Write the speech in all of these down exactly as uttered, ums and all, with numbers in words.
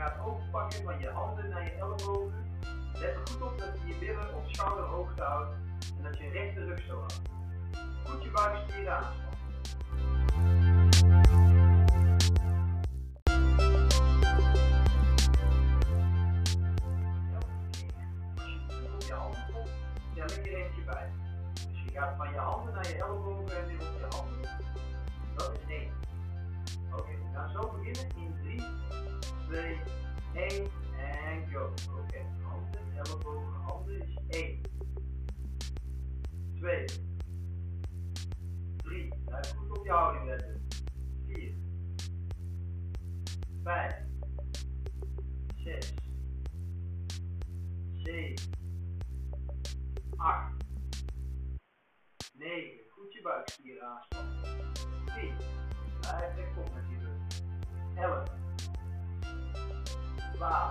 gaat overpakken van je handen naar je ellebogen. Let er goed op dat je je billen op schouderhoogte houdt en dat je rechte rug zo houdt. Goed je buikspieren aanspannen. Op je handen komt, tel ik er eentje bij. Dus je gaat van je handen naar je ellebogen en weer op je handen. Dat is één. Oké, okay, we gaan zo beginnen in drie, twee, één en go. Oké, okay. Handen, ellebogen, handen is één. twee. drie. Blijf goed op je houding letten. vier. vijf. zes. zeven. acht. negen. Goed je buikspieren aanspannen. tien. Blijf rechtop met die rug. elf. twaalf.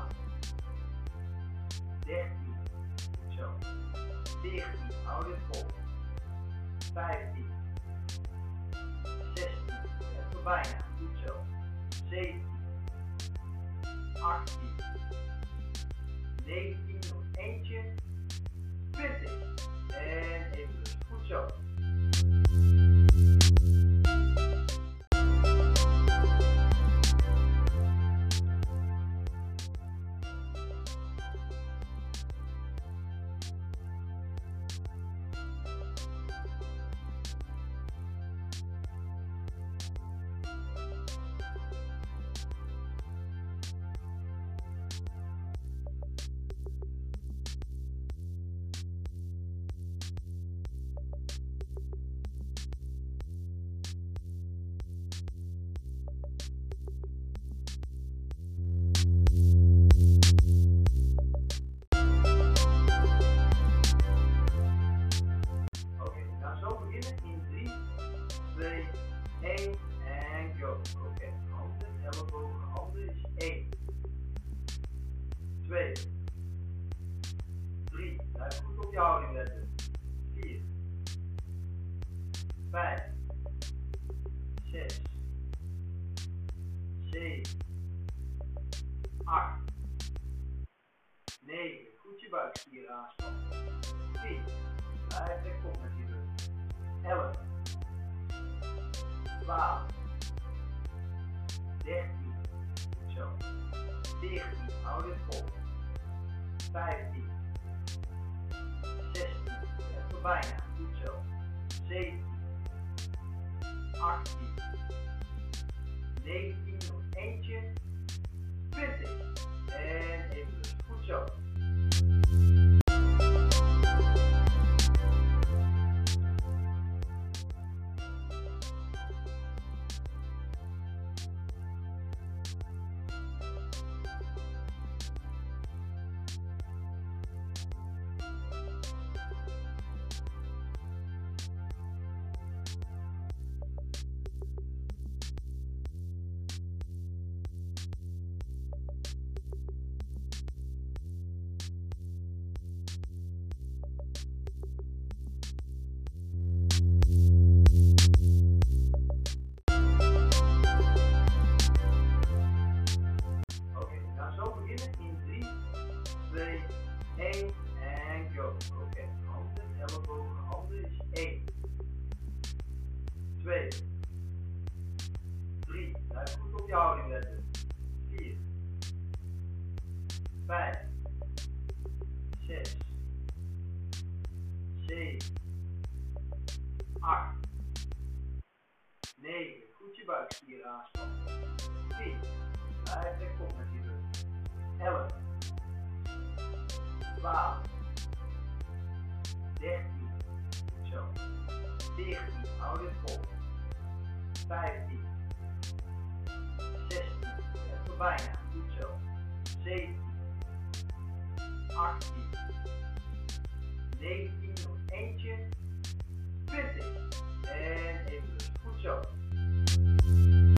dertien. Goed zo. veertien. Hou dit vol. vijftien. zestien. Let er bijna. Goed zo. zeventien. achttien. negentien. Nog eentje. twintig. En even rust. Goed zo. twee, één en go. Oké, okay. Handen, ellebogen, handen is één. twee. drie. Blijf goed op je houding letten. vier. vijf. zes. zeven. acht. negen. Goed je buikspieren aanspannen. tien. Blijf rechtop met die rug. elf. twaalf. dertien. Goed zo. veertien. Hou dit vol. vijftien. zestien. Let er bijna. Goed zo. zeventien. achttien. negentien. Nog eentje. twintig. En even rust. Goed zo. twee, één en go. Oké, okay. Handen, ellebogen, handen is één. twee. drie. Blijf goed op je houding letten. vier. vijf. zes. zeven. acht. negen. Goed je buikspieren aanspannen. tien. Blijf rechtop met die rug. elf. twaalf. dertien. Goed zo. veertien. Hou dit vol. vijftien. zestien. Let er bijna. Goed zo. zeventien. achttien. negentien. Nog eentje. twintig. En even rust. Goed zo.